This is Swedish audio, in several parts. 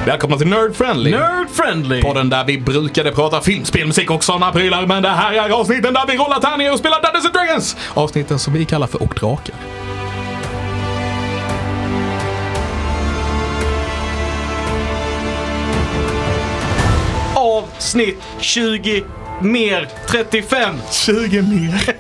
Välkomna till Nerd Friendly. Nerd Friendly! Podden där vi brukade prata film, spelmusik och sådana prylar. Men det här är avsnitten där vi rollar tärningar och spelar Dungeons & Dragons. Avsnitten som vi kallar för Och Drakar. Avsnitt 20 mer 35. 20 mer.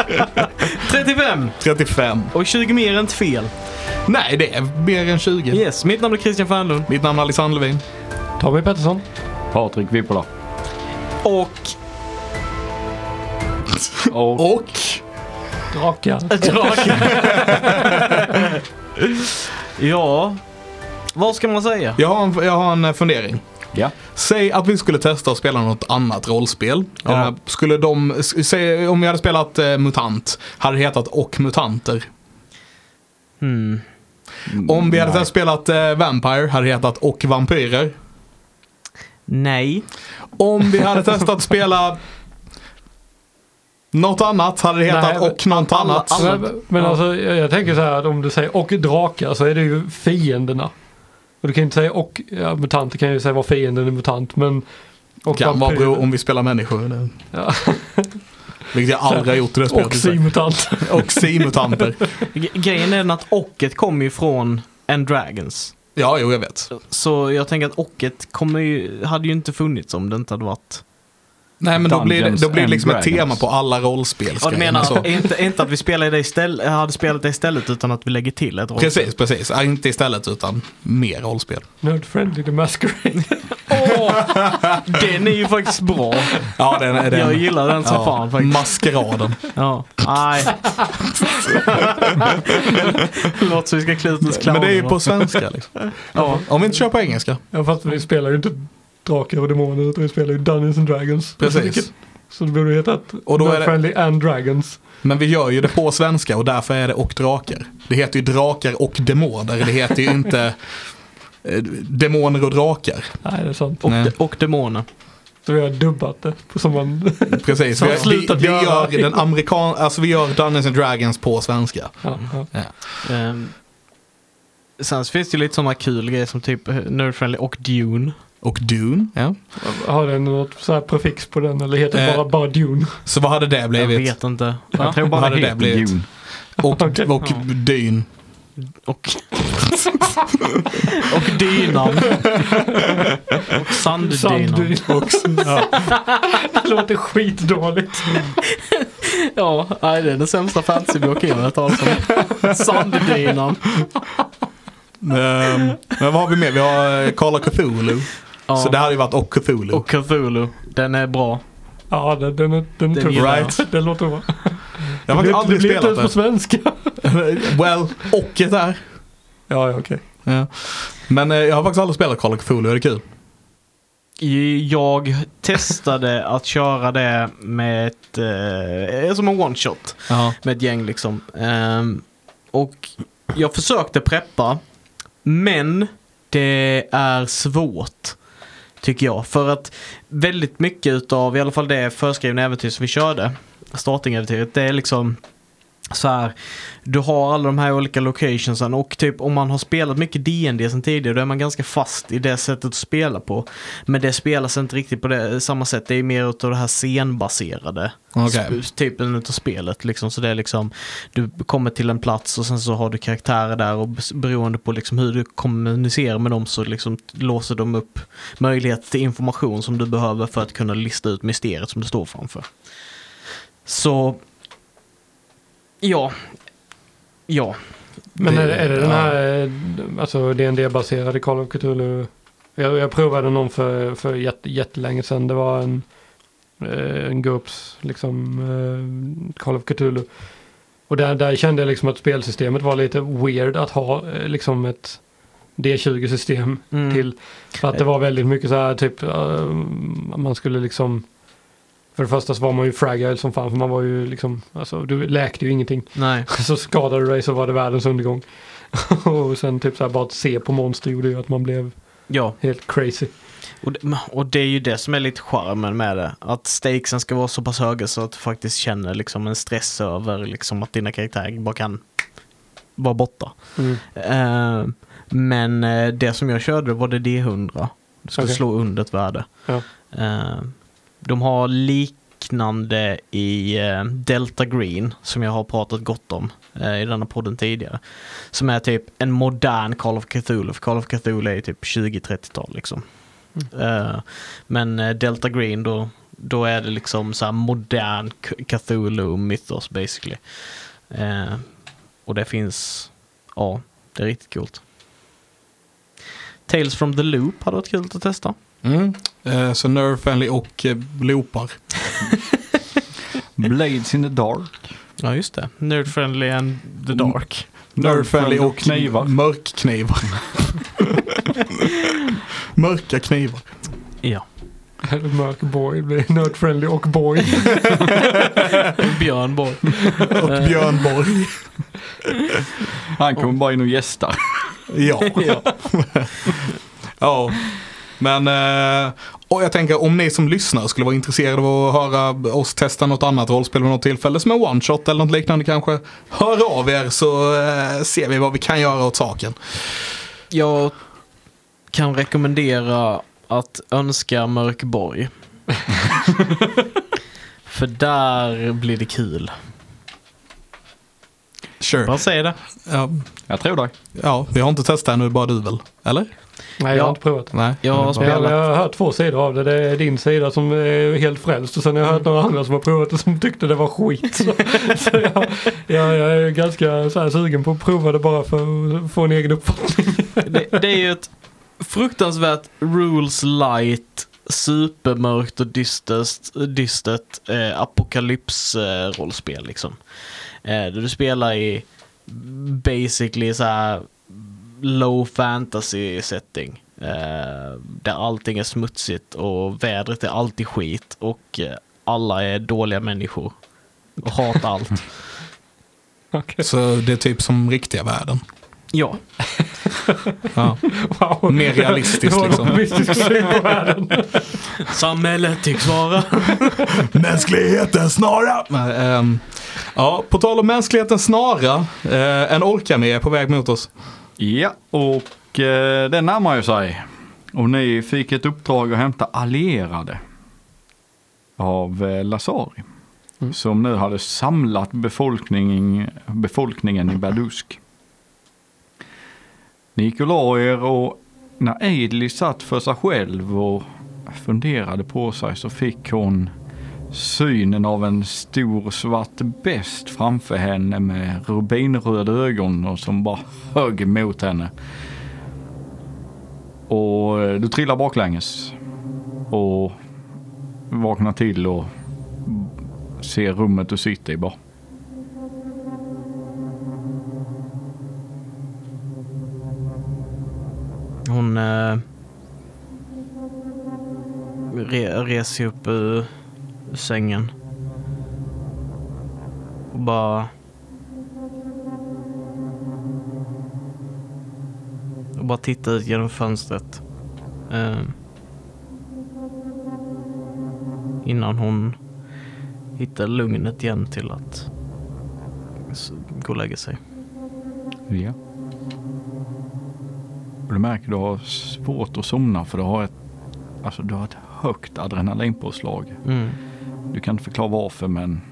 35. Och 20 mer är inte fel. Nej, det är mer än 20. Yes, mitt namn är Christian Fernlund. Mitt namn är Alexander Levin. Tommy Pettersson. Patrik Vippola. Och Drakar. ja, vad ska man säga? Jag har en fundering. Ja. Säg att vi skulle testa att spela något annat rollspel. Ja. Säg, om vi hade spelat MUTANT, hade det hetat Och Mutanter. Om vi hade spelat Vampire, hade det hetat Och Vampyrer. Nej. Om vi hade testat spela något annat, hade det hetat Och något annat. Men alltså, jag tänker så här att om du säger Och drakar så är det ju fienderna. Och du kan inte säga och mutanter kan ju säga vad fienden är mutant, men och kan vara bra om vi spelar människor. Eller? Ja. Vilket jag aldrig har gjort i det spelet. Och simutant. Och simutanter. Grejen är den att Ocket kommer ju från And Dragons. Ja, jo, jag vet. Så jag tänker att Ocket hade ju inte funnits om det inte hade varit. Nej, men då blir det liksom ett Dragons. tema på alla rollspel. Ja, du menar inte att vi spelar det hade spelat det istället, utan att vi lägger till ett rollspel. Precis. Ja, inte istället utan mer rollspel. Nerd Friendly The Masquerade. Den är ju faktiskt bra. Ja, den. Jag gillar den som fan faktiskt. Maskeraden. Ja, nej. Låt så vi ska klä ut oss clowner. Men det är ju på svenska liksom. Ja. Om vi inte kör på engelska. Ja, fast vi spelar ju inte drakar och demoner, utan vi spelar ju Dungeons & Dragons. Precis. Så det borde heta Och då är Nerd det- Friendly and Dragons. Men vi gör ju det på svenska och därför är det Och Drakar. Det heter ju Drakar och Demoner. Det heter ju inte Demoner och Drakar. Nej, det är sant. Och demoner. Så vi har dubbat det som man... Precis. Så Vi slutat gör göra. vi gör Dungeons & Dragons på svenska. Ja. Sen så finns det ju lite sådana kul grejer som typ Nerd Friendly och Dune. Och Dune, ja. Har den något så här prefix på den, eller heter det bara Dune? Så vad hade det Jag blivit? vet inte. Jag Vad tror bara hade det det heter blivit? Dune. Och Dyn. och dynan. Och sanddynan. Det låter skitdåligt. Ja, nej, det är den sämsta fantasyboken jag har hört talas om. Sanddynan. Men vad har vi med? Vi har Call of Cthulhu. Ja. Så det hade ju varit Och Cthulhu. Och Cthulhu. Den är bra. Ja, den är tuff. gillar jag. Den låter bra. Jag har faktiskt Det aldrig blir inte ens på spelat svenska. det. Well, och ett där. Ja, okej. Ja. Men jag har faktiskt aldrig spelat Call of Cthulhu. Är det kul? Jag testade att köra det med som en one shot. Ja. Med ett gäng liksom. Och jag försökte preppa, men det är svårt, tycker jag. För att väldigt mycket utav, i alla fall det förskrivna äventyr som vi körde, starting-äventyret, det är liksom så här, du har alla de här olika locationsen och typ om man har spelat mycket D&D sen tidigare, då är man ganska fast i det sättet att spela på. Men det spelas inte riktigt på det samma sätt. Det är mer utav det här scenbaserade typen utav spelet liksom. Så det är liksom, du kommer till en plats och sen så har du karaktärer där och beroende på liksom hur du kommunicerar med dem så liksom låser de upp möjlighet till information som du behöver för att kunna lista ut mysteriet som du står framför. Så Ja. Men är det den här alltså D&D-baserade Call of Cthulhu? Jag provade någon för jättelänge sedan. Det var en GURPS liksom Call of Cthulhu. Och där kände jag liksom att spelsystemet var lite weird att ha liksom ett D20-system till. För att det var väldigt mycket så här typ man skulle liksom. För det första så var man ju fragile som fan, för man var ju liksom, alltså du läkte ju ingenting. Nej. Så skadade du dig så var det världens undergång. Och sen typ så här bara att se på monster gjorde ju att man blev helt crazy. Och det är ju det som är lite charmen med det. Att stakesen ska vara så pass höga så att du faktiskt känner liksom en stress över liksom att dina karaktärer bara kan var borta. Men det som jag körde var det D100. Du skulle slå under ett värde. Ja. De har liknande i Delta Green som jag har pratat gott om i denna podden tidigare. Som är typ en modern Call of Cthulhu. För Call of Cthulhu är typ 20-30-tal liksom. Men Delta Green då är det liksom så här modern Cthulhu mythos basically. Och det finns, ja, det är riktigt coolt. Tales from the Loop hade varit kul att testa. Så nerf-friendly och loopar. Blades in the dark. Ja, just det. Nerd-friendly and the dark. Nerf-friendly och knivar. Mörkknivar. Mörka knivar. Ja. Mörk boy blir nerd-friendly och boy. Björnborg. Och Björnborg. Han kommer bara in och gästar. Ja. Ja. Men och jag tänker om ni som lyssnar skulle vara intresserade av att höra oss testa något annat rollspel vid något tillfälle som en one-shot eller något liknande, kanske hör av er så ser vi vad vi kan göra åt saken. Jag kan rekommendera att önska Mörkborg. För där blir det kul. Sure. Bara säg det. Ja. Jag tror det. Ja, vi har inte testat ännu, bara du väl? Eller? Nej, jag har inte provat det. Nej. Jag har Jag spelat. har hört 2 sidor av det. Det är din sida som är helt frälst och sen har jag hört några andra som har provat det som tyckte det var skit. Så jag är ganska så här sugen på att prova det bara för att få en egen uppfattning. Det är ju ett fruktansvärt rules light, supermörkt och dystert apokalyps-rollspel liksom. Där du spelar i basically så här low fantasy setting. Där allting är smutsigt och vädret är alltid skit och alla är dåliga människor och hatar allt. Okay. Så det är typ som riktiga världen. Ja. Ja. Wow. Mer realistiskt Det var liksom. en optimistisk syn på världen. Samhället tycks vara. Mänskligheten snara! Ja, på tal om mänskligheten snara. En orkami är på väg mot oss. Ja, och det närmar ju sig. Och ni fick ett uppdrag att hämta allierade av Lasari. Som nu hade samlat befolkningen i Badusk. Ni gick och la er, och när Eidli satt för sig själv och funderade på sig så fick hon synen av en stor svart bäst framför henne med rubinröda ögon och som bara högg mot henne. Och du trillar baklänges och vaknar till och ser rummet du sitter i bara. Hon reser upp ur sängen och bara tittar ut genom fönstret innan hon hittar lugnet igen till att gå och lägga sig. Ja. Och du märker att du har svårt att somna för du har ett högt adrenalinpåslag. Du kan inte förklara varför, men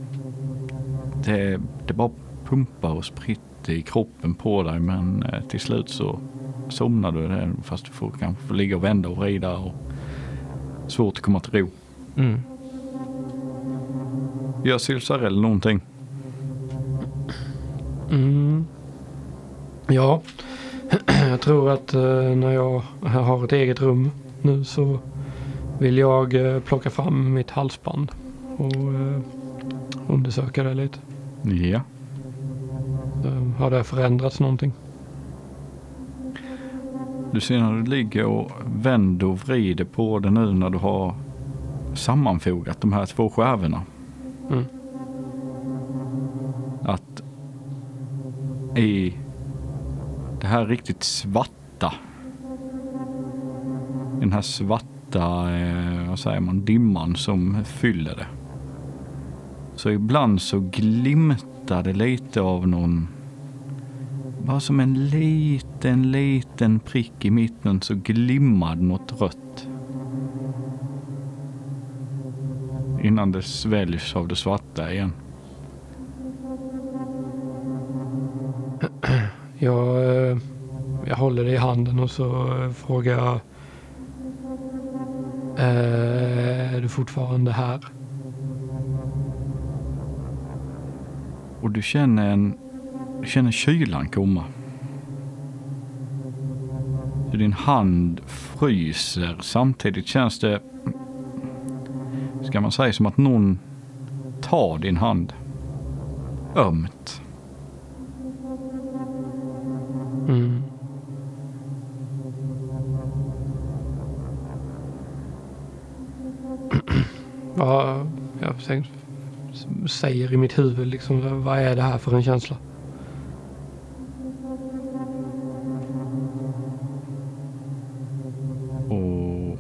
det bara pumpar och spritter i kroppen på dig, men till slut så somnar du där, fast du får kanske ligga och vända och vrida och svårt att komma till ro. Gör Silsarell någonting? Ja, jag tror att när jag har ett eget rum nu så vill jag plocka fram mitt halsband och undersöka det lite. Ja. Har det förändrats någonting? Du ser när du ligger och vänder och vrider på det nu när du har sammanfogat de här 2 skärvorna. Att i det här riktigt svarta, den här svarta, vad säger man, dimman som fyller det. Så ibland så glimtar det lite av någon Bara som en liten prick i mitten så glimmade något rött. Innan det sväljs av det svarta igen. Jag håller det i handen och så frågar jag. Är du fortfarande här? Och du känner kylan komma. Så din hand fryser. Samtidigt känns det, ska man säga, som att någon tar din hand. Ömt. Mm. Ja, jag säger i mitt huvud liksom, vad är det här för en känsla? Och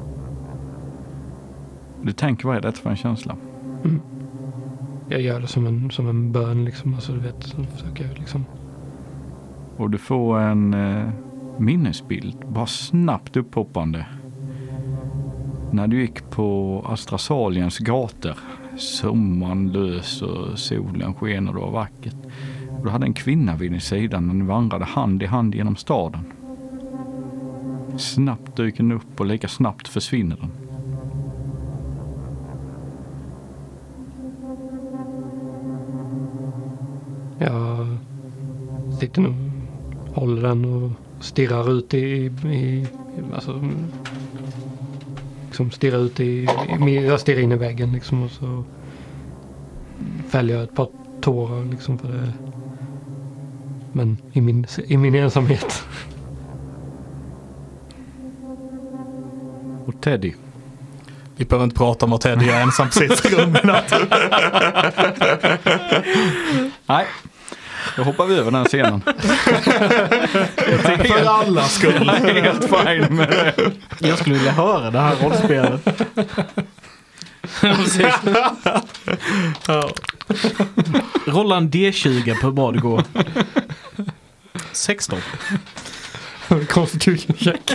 du tänker, vad är det för en känsla? Mm. Jag gör det som en bön liksom, alltså du vet, så försöker jag liksom. Och du får en minnesbild, bara snabbt upphoppande. När du gick på Astrasaliens gator, sommaren lös och solen sken och det var vackert. Och du hade en kvinna vid din sida när ni vandrade hand i hand genom staden. Snabbt dyker den upp och lika snabbt försvinner den. Jag sitter nu, håller den och stirrar ut alltså liksom stirrar ut jag stirrar in i väggen liksom, och så fäller jag ett par tårar liksom för det. Men i min ensamhet. Och Teddy. Vi behöver inte prata om vad Teddy är ensam på sitt rum i natt. Nej, då hoppar vi över den scenen. Jag tänker för alla skull. Helt fine med det. Jag skulle vilja höra det här rollspelet. Ja. Rolla en D20 på vad det går. 16. Constitution check.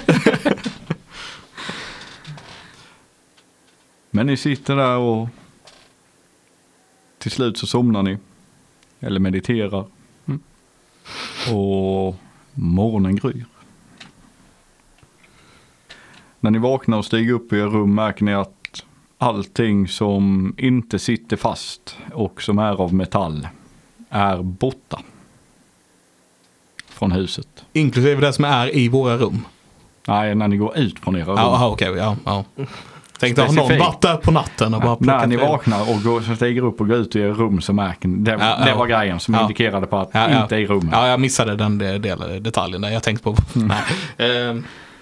Men ni sitter där och till slut så somnar ni. Eller mediterar. Mm. Och morgonen gryr. När ni vaknar och stiger upp i er rum märker ni att allting som inte sitter fast och som är av metall är borta från huset. Inklusive det som är i våra rum. Nej, när ni går ut från era rum. Ja, okej. Ja. Tänkte ha någon varit där på natten och bara plockat när ni ner. vaknar och så stiger upp och går ut i er rum så märker ni, det var grejen som indikerade på att inte är i rummet. Ja, jag missade den detaljen där jag tänkte på. Nej.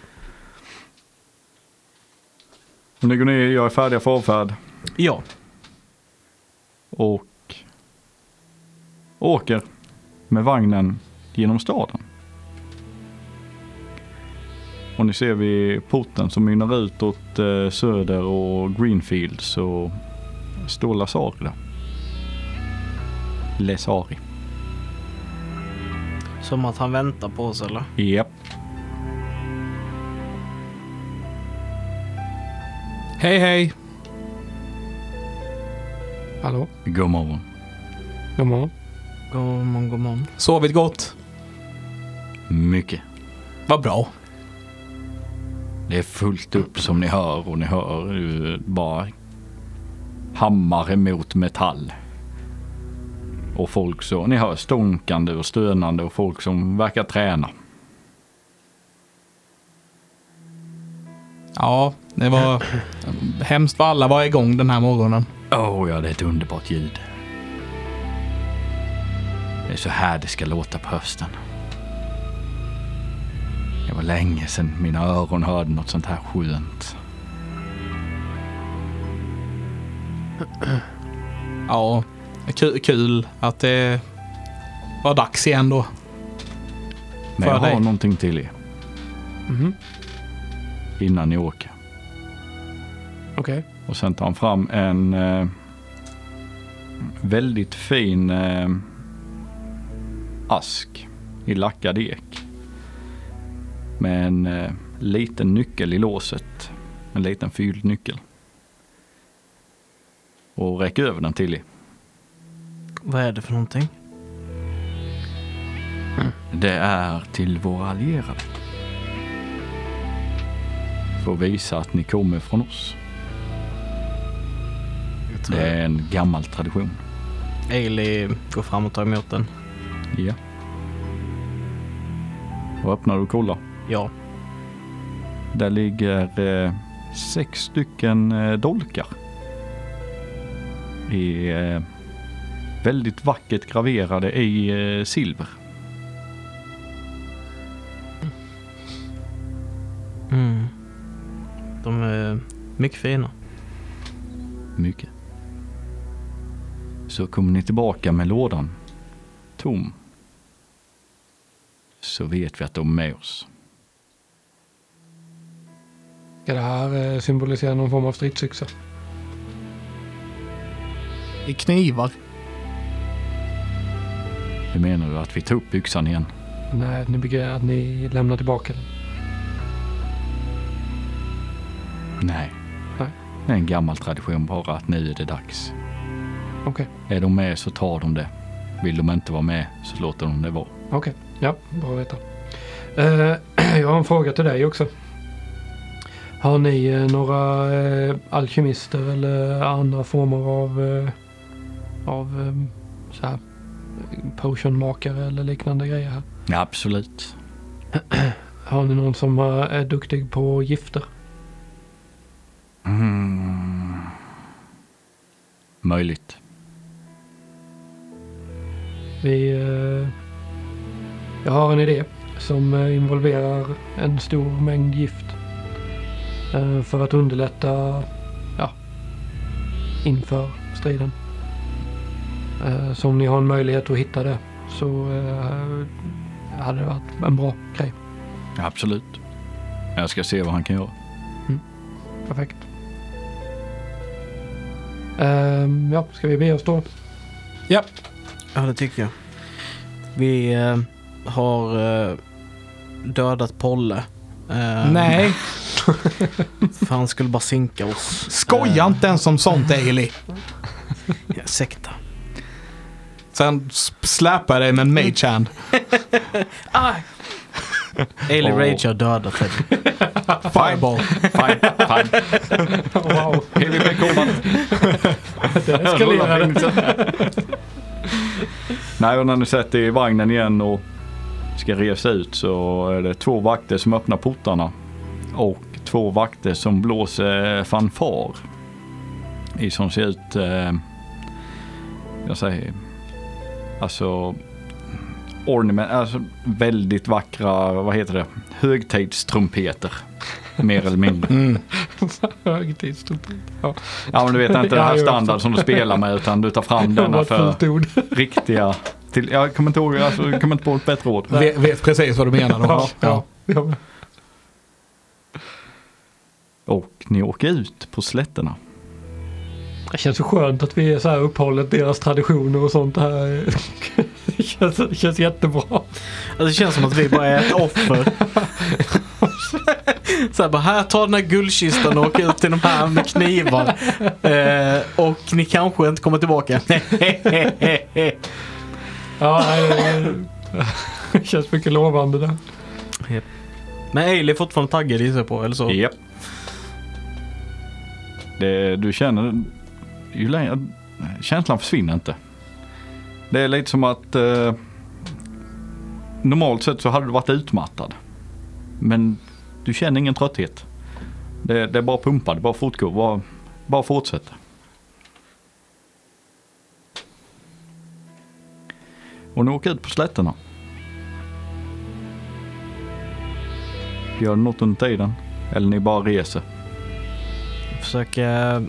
Och ni går ner, jag är färdiga för avfärd. Ja. Och åker med vagnen genom staden. Och ni ser vid porten som mynnar ut åt söder och Greenfield så står Lasari där. Lasari. Som att han väntar på oss, eller? Japp. Hej. Hallå? God morgon. God morgon. God morgon. Sovit gott? Mycket. Vad bra. Det är fullt upp som ni hör och ni hör bara hammare mot metall. Och folk så, ni hör stånkande och stönande och folk som verkar träna. Ja, det var hemskt för alla var igång den här morgonen. Ja, det är ett underbart ljud. Det är så här det ska låta på hösten. Det var länge sedan mina öron hörde något sånt här skönt. Ja, kul att det var dags igen då. Men jag För dig. har någonting till er Mhm. innan ni åker. Okej. Och sen tar han fram en väldigt fin ask i lackad ek. Med en liten nyckel i låset. En liten fylld nyckel. Och räck över den till er. Vad är det för någonting? Det är till våra allierade. För att visa att ni kommer från oss. Det är en gammal tradition. Ailey går fram och tar emot den. Ja. Och öppnar och kollar. Ja. Där ligger 6 stycken dolkar. I väldigt vackert graverade i silver. Mm. De är mycket fina. Mycket. Så kommer ni tillbaka med lådan tom. Så vet vi att de är med oss. Ska det här symbolisera någon form av stridsyxa? I knivar. Hur menar du att vi tar upp yxan igen? Nej, ni begär att ni lämnar tillbaka den. Nej. Nej. Det är en gammal tradition bara att nu är det dags. Okej. Är de med så tar de det. Vill de inte vara med så låter de det vara. Okej. Ja, bra att veta. Jag har en fråga till dig också. Har ni några alkemister eller andra former av så här potionmakare eller liknande grejer här? Ja, absolut. Har ni någon som är duktig på gifter? Möjligt. Jag har en idé som involverar en stor mängd gift för att underlätta inför striden. Så om ni har en möjlighet att hitta det så hade det varit en bra grej. Ja, absolut. Jag ska se vad han kan göra. Perfekt. Ska vi be oss då? Ja. Ja, det tycker jag. Vi har dödat Polle. Nej. För han skulle bara sinka oss. Skoja inte ens om sånt, Ailey. Ja, sekta. Sen släpar dig med en mage hand. Ailey Rage har dödat dig. Fireball. Fine. Wow. Heavy back combat. Det eskalerade. Nej, och när ni sätter i vagnen igen och ska resa ut så är det 2 vakter som öppnar portarna. Och 2 vakter som blåser fanfar. I som ser ut, jag säger, alltså ornament, alltså väldigt vackra, vad heter det, högtidstrumpeter. Mer eller mindre. Högtidstrumpeter. Ja. Ja, men du vet inte den här standard som du spelar med, utan du tar fram denna för riktiga. Jag kommer inte ihåg, alltså, jag kommer inte på ett bättre ord. Vet precis vad du menar då. Ja. Och ni åker ut på slätterna. Det känns så skönt att vi är så här uppehållet deras traditioner och sånt här. Det känns jättebra. Alltså, det känns som att vi bara är ett offer. Så här, bara här, ta den här guldkistan och åka ut till de här med knivar. Och ni kanske inte kommer tillbaka. Ja, det känns mycket lovande där. Yep. Men Ailey är fortfarande taggad i sig på, eller så? Japp. Du känner ju längre, känslan försvinner inte. Det är lite som att normalt sett så hade du varit utmattad. Men du känner ingen trötthet. Det är bara pumpa, det är bara fortgå, bara fortsätta. Och nu åker ut på slätterna. Gör något under tiden? Eller ni bara reser? Försöka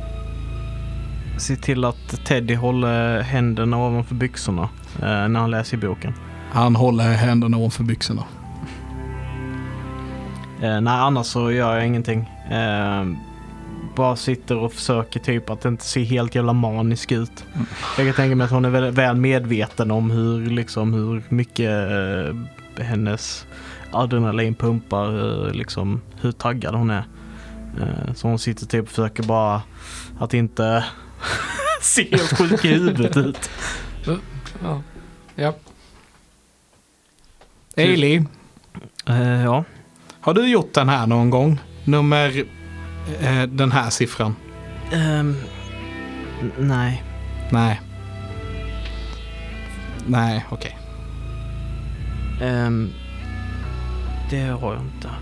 se till att Teddy håller händerna ovanför byxorna när han läser i boken. Han håller händerna ovanför byxorna. Nej, annars så gör jag ingenting. bara sitter och försöker typ att inte se helt jävla manisk ut. Jag kan tänka mig att hon är väl medveten om hur mycket hennes adrenalin pumpar, liksom hur taggad hon är. Så hon sitter typ och försöker bara att inte se helt sjuk i huvudet ut. Ja. Ailey, Ja. har du gjort den här någon gång? Den här siffran? Nej. Nej, okej. Det har jag inte.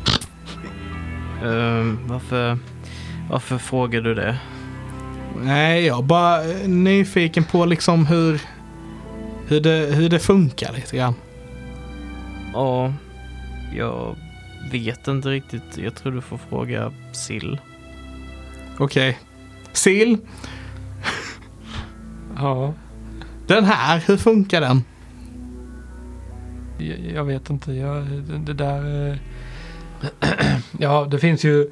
Varför frågar du det? Nej, jag är bara nyfiken på liksom hur det funkar lite grann. Ja, jag vet inte riktigt. Jag tror du får fråga Sill. Okej. Sil, Ja, den här, hur funkar den? jag vet inte. Det där... Ja, det finns ju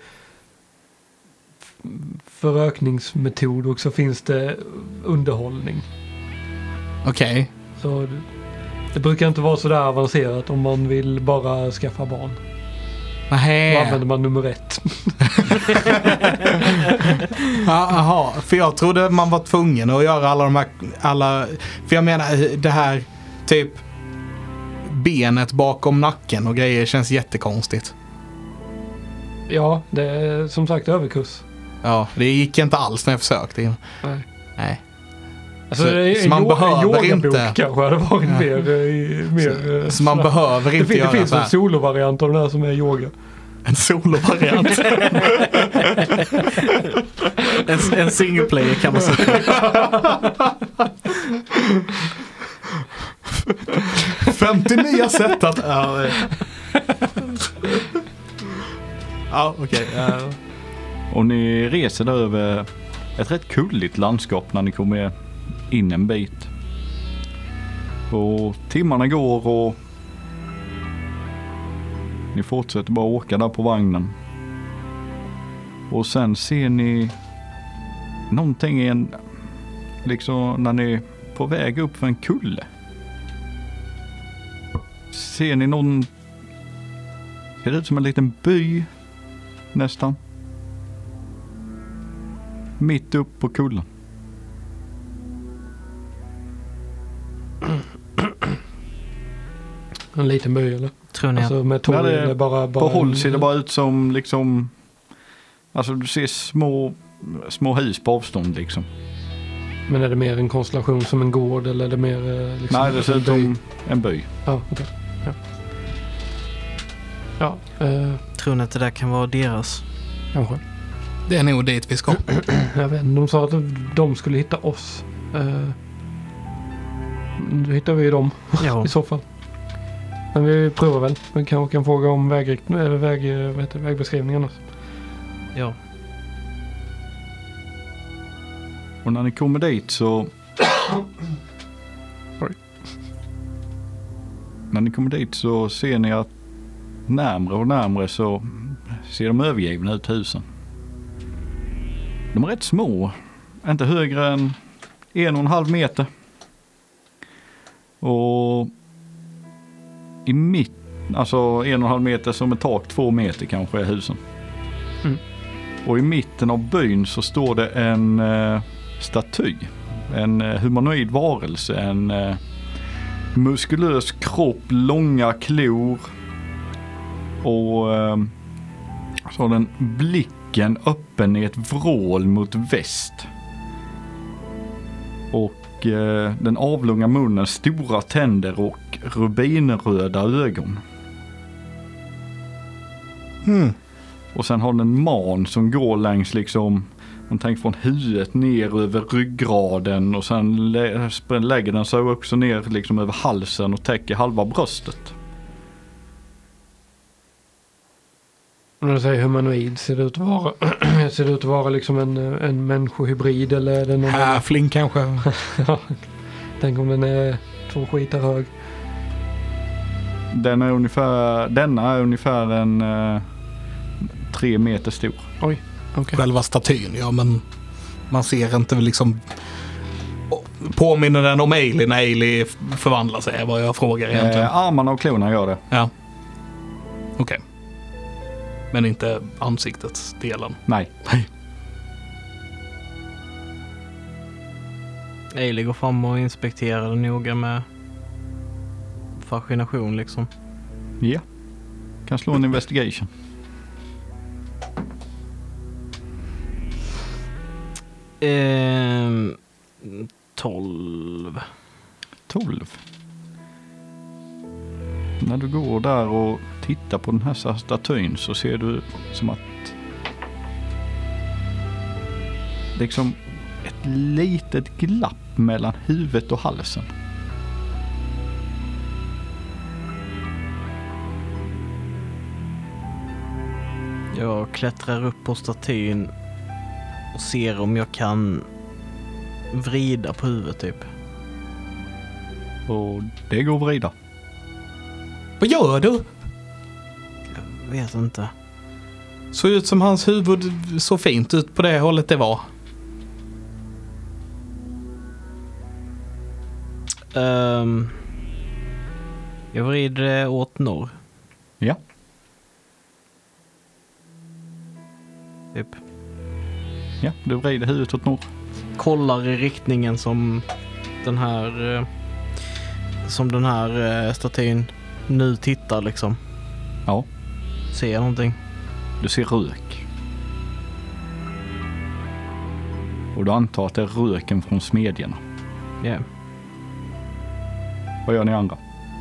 förökningsmetod och så finns det underhållning. Okej. Så det brukar inte vara så där avancerat om man vill bara skaffa barn. Då använder man nummer 1. Jaha, för jag trodde man var tvungen att göra alla, för jag menar det här typ benet bakom nacken och grejer känns jättekonstigt. Ja, det är som sagt överkurs. Ja, det gick inte alls när jag försökte. Nej. Alltså, Så man behöver inte kanske hade varit mer så man behöver inte göra det finns så här. en solovariant av den här som är yoga. En solovariant. En single player kan man säga. 59 sätt att... Ja, okej. Och ni reser över ett rätt kulligt landskap när ni kommer in en bit. Och timmarna går och ni fortsätter bara åka där på vagnen. Och sen ser ni någonting liksom när ni är på väg upp för en kulle. Ser ni någon, ser det ut som en liten by nästan. Mitt upp på kullen. En liten by eller? Tror ni Alltså med torg eller bara på håll ser det bara ut som liksom, alltså du ser små hus på avstånd liksom. Men är det mer en konstellation som en gård eller är det mer liksom? Nej, det ser ut som en by. Ja, okej. Ja. Tror ni att det där kan vara deras? Kanske. Det är nog dit vi ska. Jag vet inte, de sa att de skulle hitta oss. Då hittar vi dem Ja. i så fall. Men vi provar väl. Vi kanske kan fråga om vägbeskrivningen. Ja. Och när ni kommer dit så när ni kommer dit så ser ni att närmre och närmre så ser de övergivna ut husen. De är rätt små. Inte högre än 1,5 meter. Och i mitten, alltså 1,5 meter som ett tak, 2 meter kanske är husen. Mm. Och i mitten av byn så står det en staty. En humanoid varelse. En muskulös kropp, långa klor. Och så har den blicken öppen i ett vrål mot väst. Och den avlånga munnen, stora tänder och rubinröda ögon. Och sen har den en man som går längs liksom, man tänker från huvudet ner över ryggraden och sen lägger den sig också ner liksom över halsen och täcker halva bröstet. När du säger humanoid, ser det ut att vara liksom en människohybrid eller är det någon Häfling kanske. Ja, tänk om den är 2 skitar hög. Denna är ungefär en 3 meter stor. Oj. Okej. Själva statyn, ja, men man ser inte liksom... Påminner den om Ailey när Ailey förvandlar sig, är vad jag frågar egentligen. Armarna och klorna gör det. Ja. Okej. Men inte ansiktets delen. Nej. Ailey går fram och inspekterar det noga med fascination liksom. Ja. Kan slå en investigation. 12. 12. När du går där och tittar på den här statyn så ser du som att liksom ett litet glapp mellan huvudet och halsen. Jag klättrar upp på statyn och ser om jag kan vrida på huvudet typ. Och det går att vrida. Vad gör du? Jag vet inte. Såg ut som hans huvud så fint ut på det hållet det var. Jag vrider det åt norr. Ja. Typ. Ja, du vrider huvudet åt norr. Kollar i riktningen som den här statyn nu tittar liksom. Ja. Ser jag någonting? Du ser rök. Och du antar att det är röken från smedjorna. Ja. Yeah. Vad gör ni andra?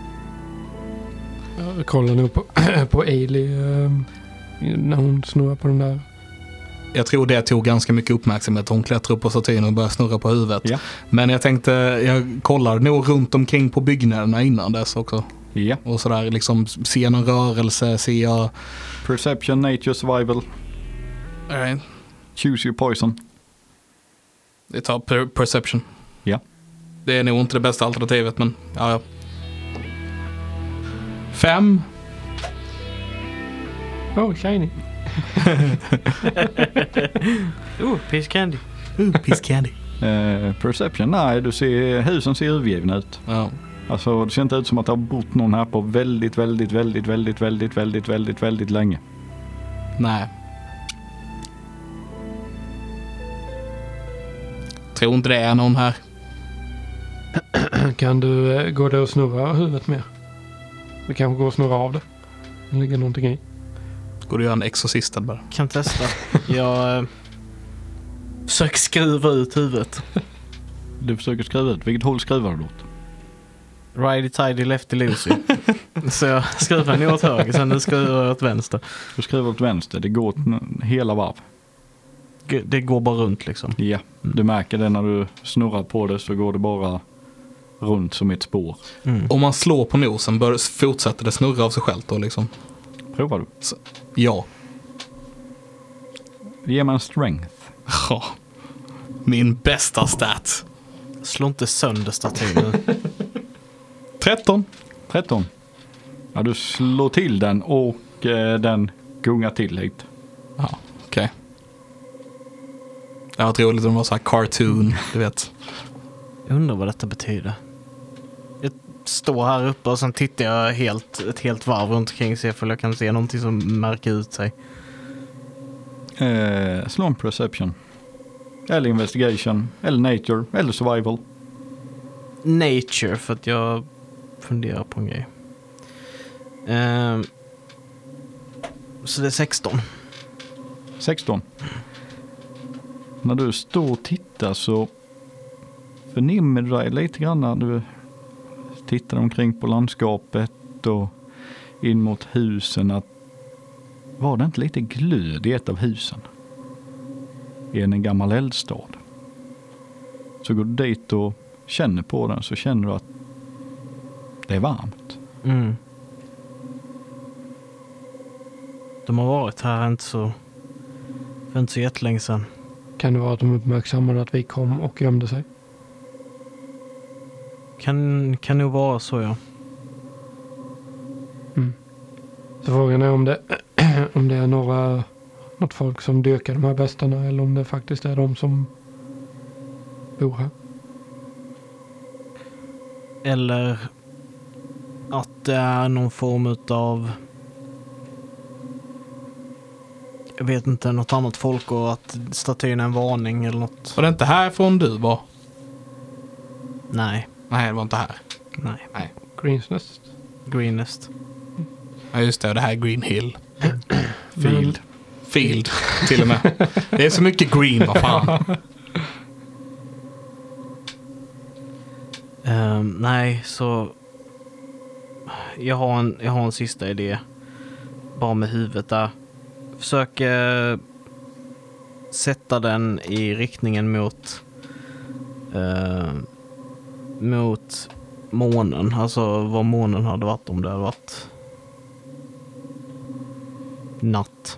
Jag kollar nog på Ailey när hon snurrar på den där. Jag tror det tog ganska mycket uppmärksamhet. Hon klättrade upp på statyn och började snurra på huvudet. Ja. Men jag tänkte, jag kollade nog runt omkring på byggnaderna innan dess också. Ja. Och sådär, liksom, ser jag någon rörelse, ser jag... Perception, nature, survival. Nej, Choose your poison. det tar perception. Ja. Det är nog inte det bästa alternativet, men ja. 5. Oh, shiny. Piece candy. Piece candy. Perception, nej, du ser husen ser övergivna ut. Ja. Alltså det ser inte ut som att det har bott någon här på väldigt länge. Nej. Tror inte det är någon här. Kan du gå där och snurra huvudet mer? Vi kanske går och snurra av det. Det ligger någonting i. Går du göra en exorcisten bara? Kan testa. Jag försöker skruva ut huvudet. Du försöker skruva ut. Vilket håll skruvar du åt? Righty tidy lefty loosey. Så jag skruvar ner åt höger, sen nu skruvar jag åt vänster. Du skruvar åt vänster. Det går hela varv. Det går bara runt liksom. Ja, du märker det när du snurrar på det så går det bara runt som ett spår. Mm. Om man slår på nosen fortsätter det snurra av sig självt då liksom. Provar du? Så, ja. Ge mig en strength. Ja. Min bästa stat. Slå inte sönder statyn. 13. 13. Ja, du slår till den och den gungar till lite. Ja, okej. Jag var roligt om det var så här cartoon, du vet. Jag undrar vad detta betyder. Jag står här uppe och sen tittar jag ett helt varv runt omkring så jag kan se någonting som märker ut sig. Slå en perception. Eller investigation. Eller nature. Eller survival. Nature, för att jag funderar på en grej. Så det är 16. 16. När du står och tittar så förnimmer du dig lite grann när du tittar omkring på landskapet och in mot husen att var det inte lite glöd i ett av husen? I en gammal eldstad. Så går du dit och känner på den så känner du att det är varmt. Mm. De har varit här inte så jättelänge sedan. Kan det vara att de uppmärksammade att vi kom och gömde sig? Kan nog vara så, ja. Mm. Så frågan är om det är några något folk som dyrkar de här bestarna eller om det faktiskt är de som bor här. Eller att det är någon form utav, jag vet inte, något annat folk och att statyn är en varning eller något. Var det inte härifrån du var? Nej. Nej, det var inte här. Nej. Greens Nest. Greenest. Ja, just det. Det här är Green Hill. Field, till och med. Det är så mycket green, vad fan. Nej, så jag har en sista idé. Bara med huvudet där. Försök sätta den i riktningen mot månen. Alltså vad månen hade varit om det hade varit natt.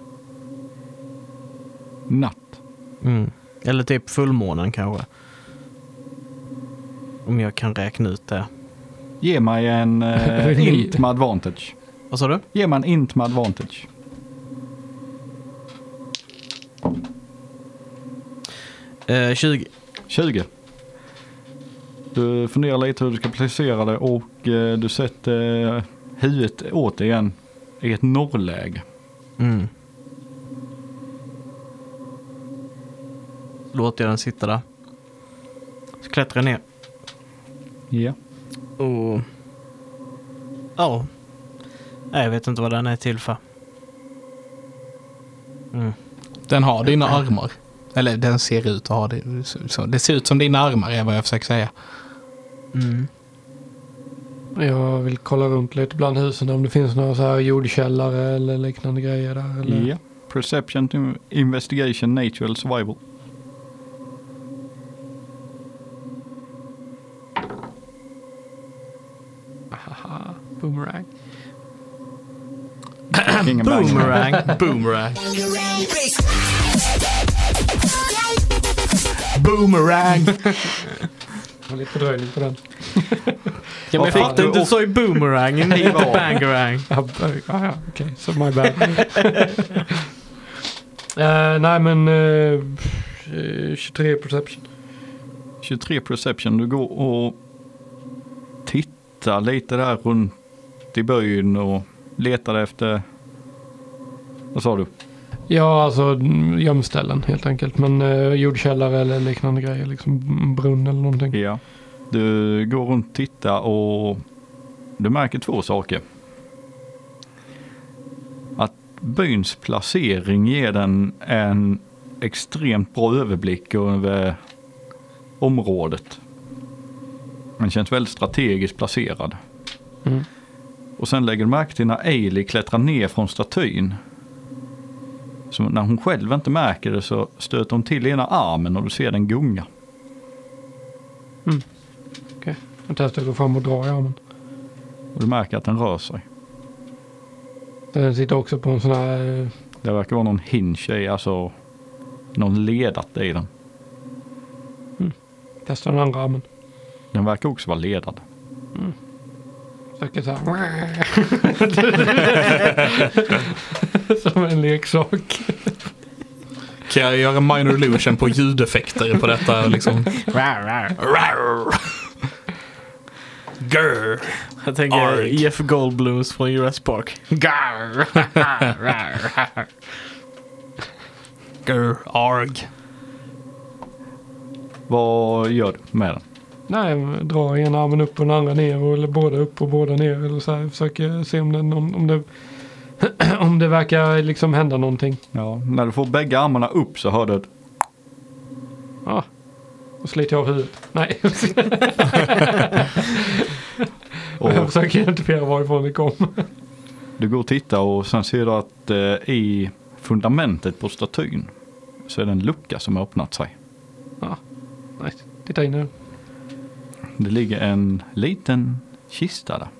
Eller typ fullmånen kanske. Om jag kan räkna ut det. Ge mig en int med advantage. Vad sa du? Ge mig en int med advantage. 20. Du funderar lite hur du ska placera det och du sätter huvudet återigen i ett norrläge. Låter jag den sitta där. Så klättrar jag ner. Ja. Och ja. Nej, jag vet inte vad den är till för. Den har dina armar. Eller den ser ut att ha det. Så det ser ut som dina armar är vad jag försöker säga. Jag vill kolla runt lite bland husen om det finns några så här jordkällare eller liknande grejer där. Eller? Ja. Perception, investigation, natural survival. Haha, boomerang. Boomerang. Boomerang. Jag har lite fördröjning på den. Ja, men fick du sa ju boomerang, inte bangerang. Okej, so my bad. Nej, men 23 perception. 23 perception. Du går och tittar lite där runt i byn och letar efter, vad sa du? Ja, alltså gömställen helt enkelt. Men jordkällare eller liknande grejer. Liksom brunn eller någonting. Ja. Du går runt och tittar och du märker två saker. Att byns placering ger den en extremt bra överblick över området. Den känns väldigt strategiskt placerad. Och sen lägger du märke till när Ailey klättrar ner från statyn. Så när hon själv inte märker det så stöter hon till ena armen och du ser den gunga. Okej. Jag testar att gå fram och dra i armen. Och du märker att den rör sig. Den sitter också på en sån här... Det verkar vara någon hinge i, alltså någon ledat i den. Testar den andra armen. Den verkar också vara ledad. Försöker så här... Som en leksak. Kan jag göra minor illusion på ljudeffekter på detta liksom? Grr. Jag tänker Jeff Goldblums från Jurassic Park. Grr. Arg. Vad gör du med den? Nej, dra ena armen upp och den andra ner. Eller båda upp och båda ner. Eller så här. Försöker se om det verkar liksom hända någonting. Ja, när du får bägge armarna upp så hör du ett... Ja. Och sliter jag av huvudet. Nej. Och jag försöker identifiera varifrån det kom. Du går och tittar och sen ser du att i fundamentet på statyn så är det en lucka som har öppnat sig. Ja, nice. Titta in nu. Det ligger en liten kista där.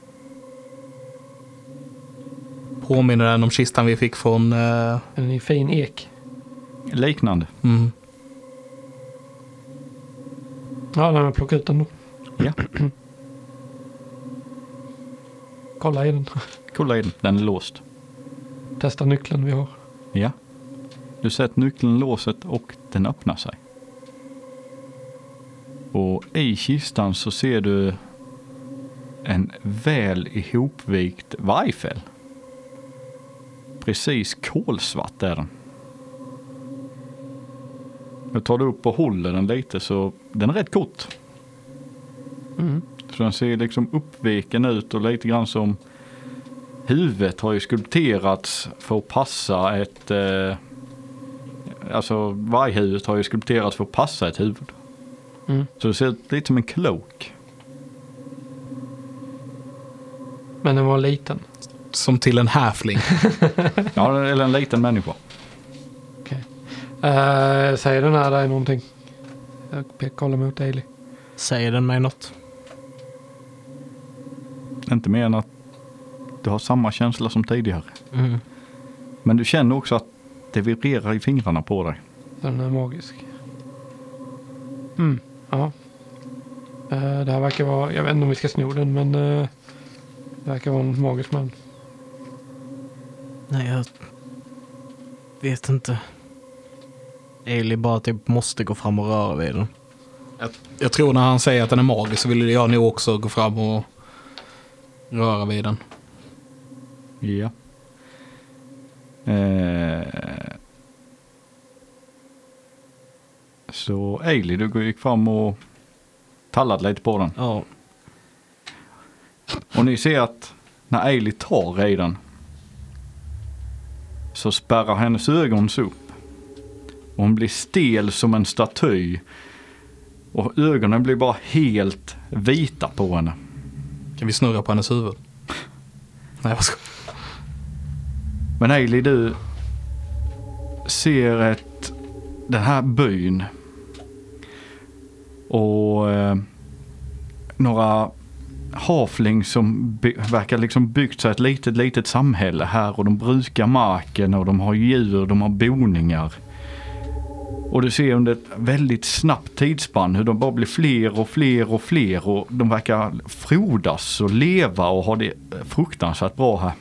Påminner den om kistan vi fick från... En i fin ek. Liknande. Ja, den har plockat ut den då. Ja. Kolla i den. Kolla in, den är låst. Testa nyckeln vi har. Ja. Du sätter nyckeln i låset och den öppnar sig. Och i kistan så ser du en väl ihopvikt vargfäll. Precis kolsvart är den. Jag tar det upp och håller den lite så den är rätt kort. Så den ser liksom uppviken ut och lite grann som huvudet har ju skulpterats för att passa ett alltså varghuvudet har ju skulpterats för att passa ett huvud. Så det ser ut lite som en cloak. Men den var liten. Som till en halfling. Ja, eller en liten människa. Okej. Säger den här dig någonting? Jag kollar mot Ailey. Säger den mig något? Inte mer än att du har samma känsla som tidigare. Men du känner också att det vibrerar i fingrarna på dig. Den är magisk. Ja. Det här verkar vara, jag vet inte om vi ska sno den, men det verkar vara en magisk man. Nej, jag vet inte. Ailey bara typ måste gå fram och röra vid den. Jag tror när han säger att den är magisk så vill jag nog också gå fram och röra vid den. Ja. Så Ailey, du gick fram och tallade lite på den. Ja. Och ni ser att när Ailey tar i den så spärrar hennes ögon upp. Och hon blir stel som en staty. Och ögonen blir bara helt vita på henne. Kan vi snurra på hennes huvud? Nej, vad ska... Men Ailey, du ser den här byn och några havling som verkar liksom byggt sig ett litet samhälle här, och de brukar marken och de har djur, de har boningar. Och du ser under ett väldigt snabbt tidsspann hur de bara blir fler och fler och fler, och de verkar frodas och leva och ha det fruktansvärt bra här.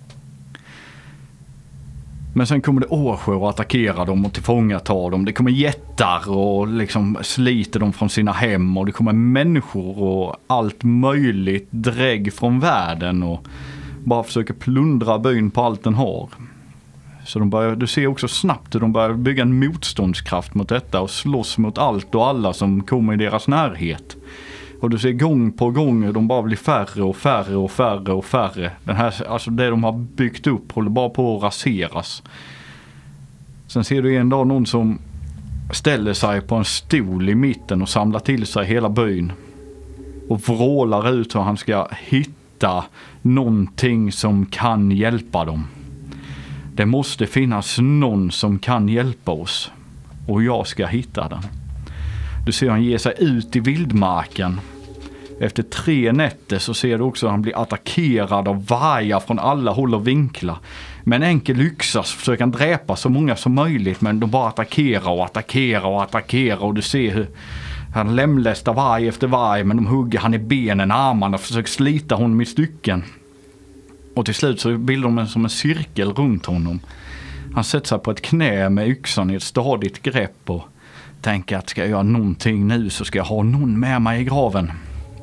Men sen kommer det årsjö och attackerar dem och tillfångatar dem. Det kommer jättar och liksom sliter dem från sina hem, och det kommer människor och allt möjligt drägg från världen och bara försöker plundra byn på allt den har. Så du ser också snabbt hur de börjar bygga en motståndskraft mot detta och slåss mot allt och alla som kommer i deras närhet. Och du ser gång på gång hur de bara blir färre och färre och färre och färre. Alltså det de har byggt upp håller bara på att raseras. Sen ser du en dag någon som ställer sig på en stol i mitten och samlar till sig hela byn. Och vrålar ut hur han ska hitta någonting som kan hjälpa dem. Det måste finnas någon som kan hjälpa oss. Och jag ska hitta den. Du ser han ge sig ut i vildmarken. Efter 3 nätter så ser du också att han blir attackerad av vargar från alla håll och vinklar. Med en enkel yxa så försöker han dräpa så många som möjligt, men de bara attackerar och attackerar och attackerar, och du ser hur han lämlästar varg efter varg, men de hugger han i benen, armarna och försöker slita honom i stycken. Och till slut så bildar de som en cirkel runt honom. Han sätter sig på ett knä med yxan i ett stadigt grepp och tänker att ska jag göra någonting nu så ska jag ha någon med mig i graven.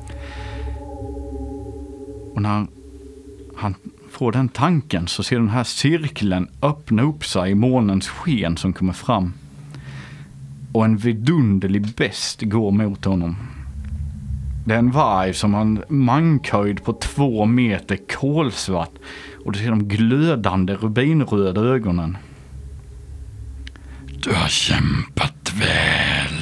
Och när han får den tanken så ser den här cirkeln öppna upp sig i månens sken som kommer fram. Och en vidunderlig bäst går mot honom. Det är en varg som har en mankhöjd på 2 meter, kolsvart. Och du ser de glödande rubinröda ögonen. Du har kämpat väl,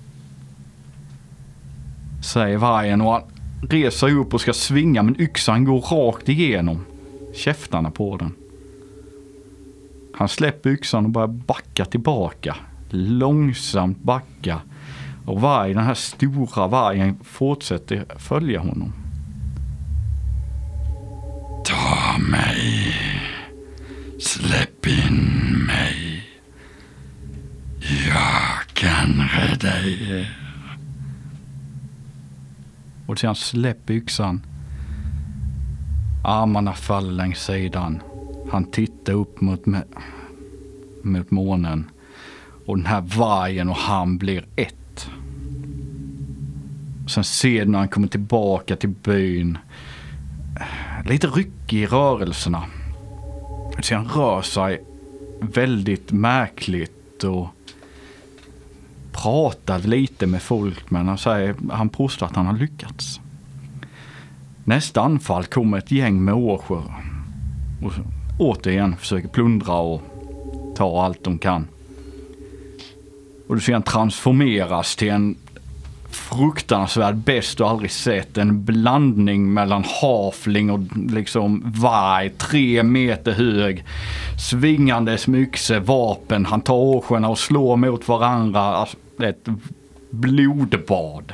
säger vargen, och han reser upp och ska svinga, men yxan går rakt igenom käftarna på den. Han släpper yxan och börjar backa tillbaka. Långsamt backa. Och den här stora vargen fortsätter följa honom. ta mig, släpp in mig. Jag kan rädda er. Och sedan släpper yxan. Armarna faller längs sidan. Han tittar upp mot månen. Och den här vargen och han blir ett. Sen ser du när han kommer tillbaka till byn. Lite ryckig i rörelserna. Du ser han rör sig väldigt märkligt och pratar lite med folk, men han påstår att han har lyckats. Nästa anfall kommer ett gäng med årsjör och återigen försöker plundra och ta allt de kan. Och du ser han transformeras till en fruktansvärd bäst du aldrig sett. En blandning mellan halfling och liksom varg, 3 meter hög, svingandes myxe, vapen. Han tar årsjörna och slår mot varandra. Alltså, ett blodbad.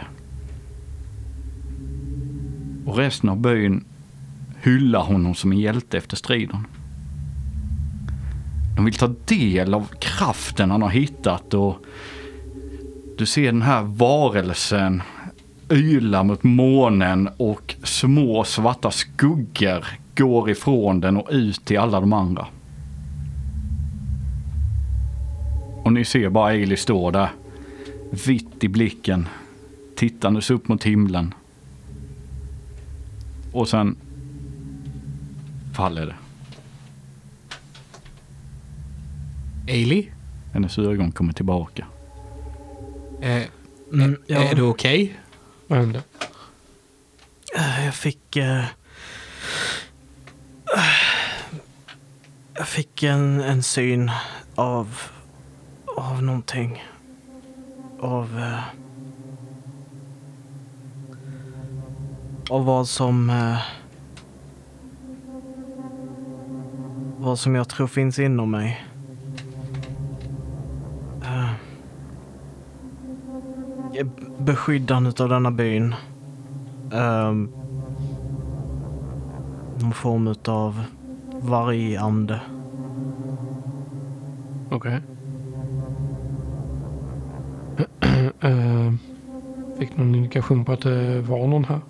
Och resten av byn hyllar honom som en hjälte efter striden. De vill ta del av kraften han har hittat, och du ser den här varelsen yla mot månen och små svarta skuggor går ifrån den och ut till alla de andra. Och ni ser bara Ailey stå där, vitt i blicken, tittandes upp mot himlen. Och sen faller det. Ailey? Hennes ögon kommer tillbaka. Är du okej? Vad hände? Jag fick en syn av någonting. Av vad som jag tror finns inom mig. Beskyddandet av denna byn. Någon form av vargande. Okej. Fick någon indikation på att det var någon här?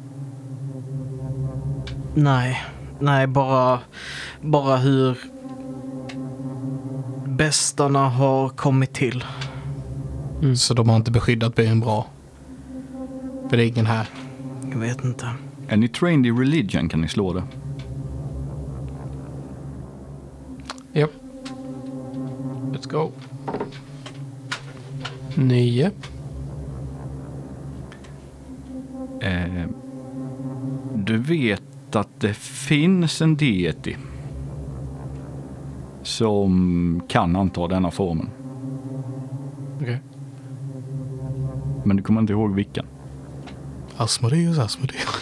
Nej, bara hur bästarna har kommit till. Så de har inte beskyddat byn bra. För det är ingen här. Jag vet inte. Är ni trained i religion kan ni slå det. Japp. Let's go. 9. Du vet att det finns en deity som kan anta denna formen. Okej. Men du kommer inte ihåg vilken. Asmodeus.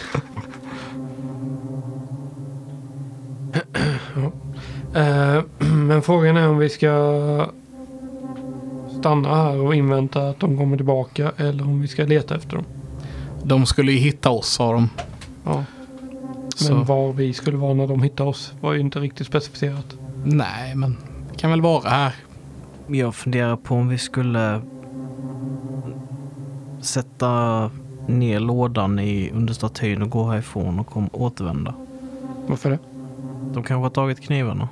Men frågan är om vi ska stanna här och invänta att de kommer tillbaka eller om vi ska leta efter dem. De skulle ju hitta oss, sa de. Ja. Så. Men var vi skulle vara när de hittar oss var ju inte riktigt specificerat. Nej, men det kan väl vara här. Jag funderar på om vi skulle sätta ner lådan under statyn och gå härifrån och återvända. Varför det? De kanske har tagit knivarna.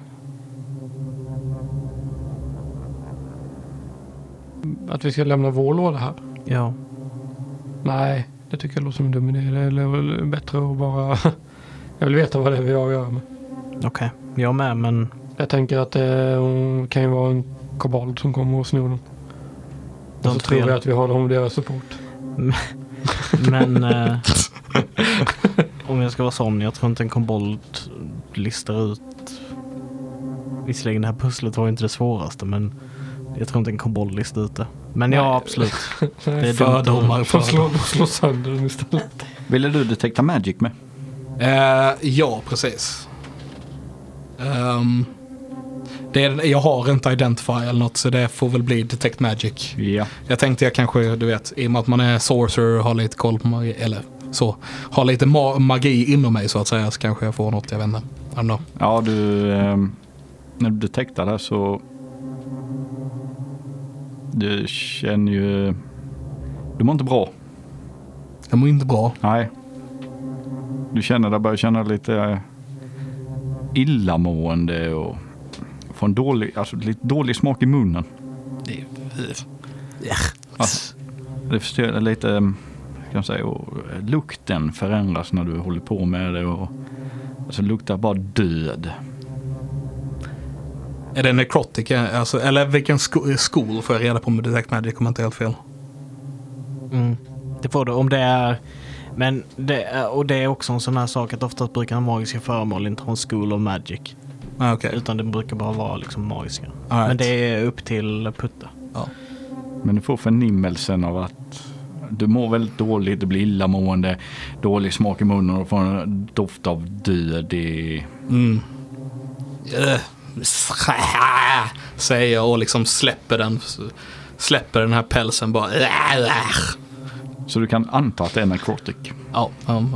Att vi ska lämna vår låda här? Ja. Nej, det tycker jag låter som en dum idé. Det är väl bättre att bara... Jag vill veta vad det är vi har att göra med. Okej, jag med, men... Jag tänker att det kan ju vara en kobold som kommer och snor dem. Och så tror vi att vi har dem deras support. Men om jag ska vara sån, jag tror inte en kobold listar ut. Visserligen det här pusslet var inte det svåraste, men jag tror inte en kobold listar ut det. Men ja, absolut. Det är fördomar. Slå sönder dem istället. Ville du detekta magic med? Ja, precis. Jag har inte Identify eller något, så det får väl bli Detect Magic. Ja. Jag tänkte jag kanske, du vet, i och med att man är sorcerer och har lite koll på magi, eller så, har lite magi inom mig så att säga, så kanske jag får något, jag vet inte. Ja, när du detektar det så du känner ju, du mår inte bra. Jag mår inte bra. Nej. Du börjar känna lite illamående och får en lite dålig smak i munnen. Alltså, det förstör lite, kan jag säga, och lukten förändras när du håller på med det och alltså luktar bara död. Är det necrotic? Alltså, eller vilken school får jag reda på med Detect Magic om jag inte helt fel? Det får du om det är. Men det är också en sån här sak att oftast brukar magiska föremål inte ha en School of Magic. Okay. Utan det brukar bara vara liksom magiska. Right. Men det är upp till Putta. Ja. Men du får förnimmelsen av att du mår väldigt dåligt, du blir illamående, dålig smak i munnen och får en doft av död. Säger jag och liksom släpper den här pälsen bara. Så du kan anta att det är necrotic. Ja.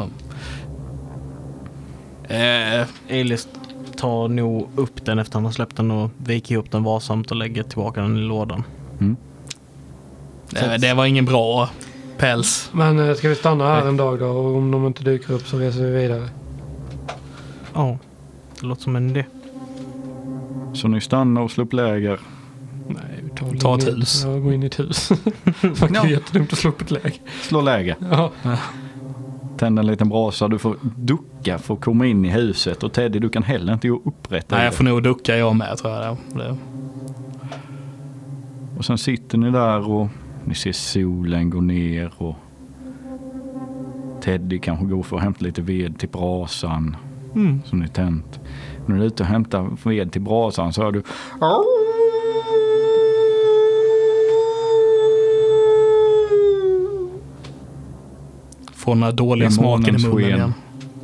Elis tar nog upp den efter han har släppt den och viker upp den varsamt och lägger tillbaka den i lådan. Det var ingen bra päls. Men ska vi stanna här en dag då? Och om de inte dyker upp så reser vi vidare. Ja, det låter som en idé. Så ni stannar och slår upp läger. Nej, vi tar ett hus. Ja, gå in i ett hus. Det är jättedumt att slå upp ett läger. Slå läger. Ja. Tänd en liten brasa. Du får ducka för att komma in i huset. Och Teddy, du kan heller inte gå upprätt. Nej, jag får nog ducka jag med, tror jag. Det. Och sen sitter ni där och ni ser solen gå ner. Och Teddy kanske går för att hämta lite ved till brasan som ni tänt. När du är ute och hämtar ved till brasan så hör du får den här dåliga smaken i munnen igen.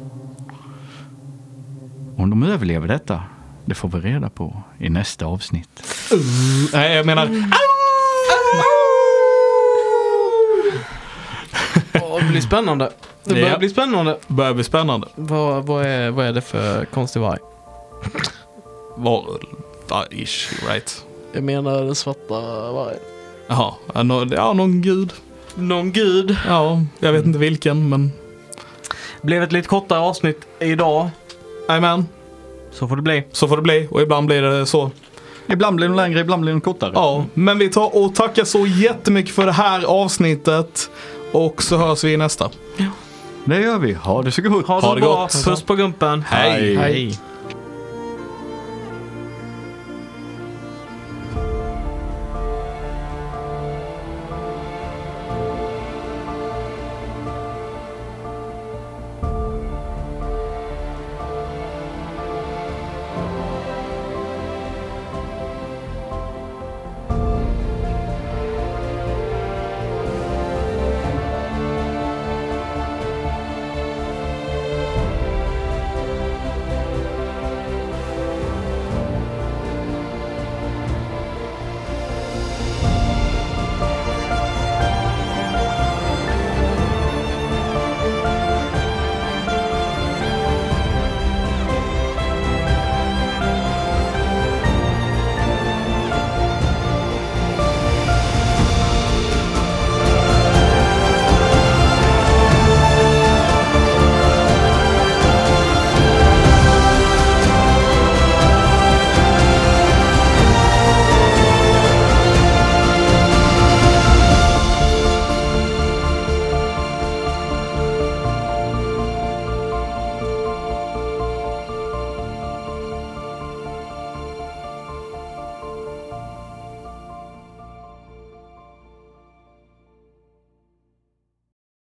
Om de överlever detta, det får vi reda på i nästa avsnitt. Nej, jag menar... Det blir spännande. Det börjar bli spännande. Börjar bli spännande. Vad är det för konstig varg? Ish, right. Jag menar den svarta vargen. Jaha, någon gud. Någon gud. Ja, jag vet inte vilken, men... Blev ett lite kortare avsnitt idag. Amen. Så får det bli. Så får det bli, och ibland blir det så. Ibland blir de längre, ibland blir de kortare. Ja, men vi tar och tackar så jättemycket för det här avsnittet. Och så hörs vi i nästa. Det gör vi. Ha det så gott. Ha det gott. Puss på gumpen. Hej. Hej.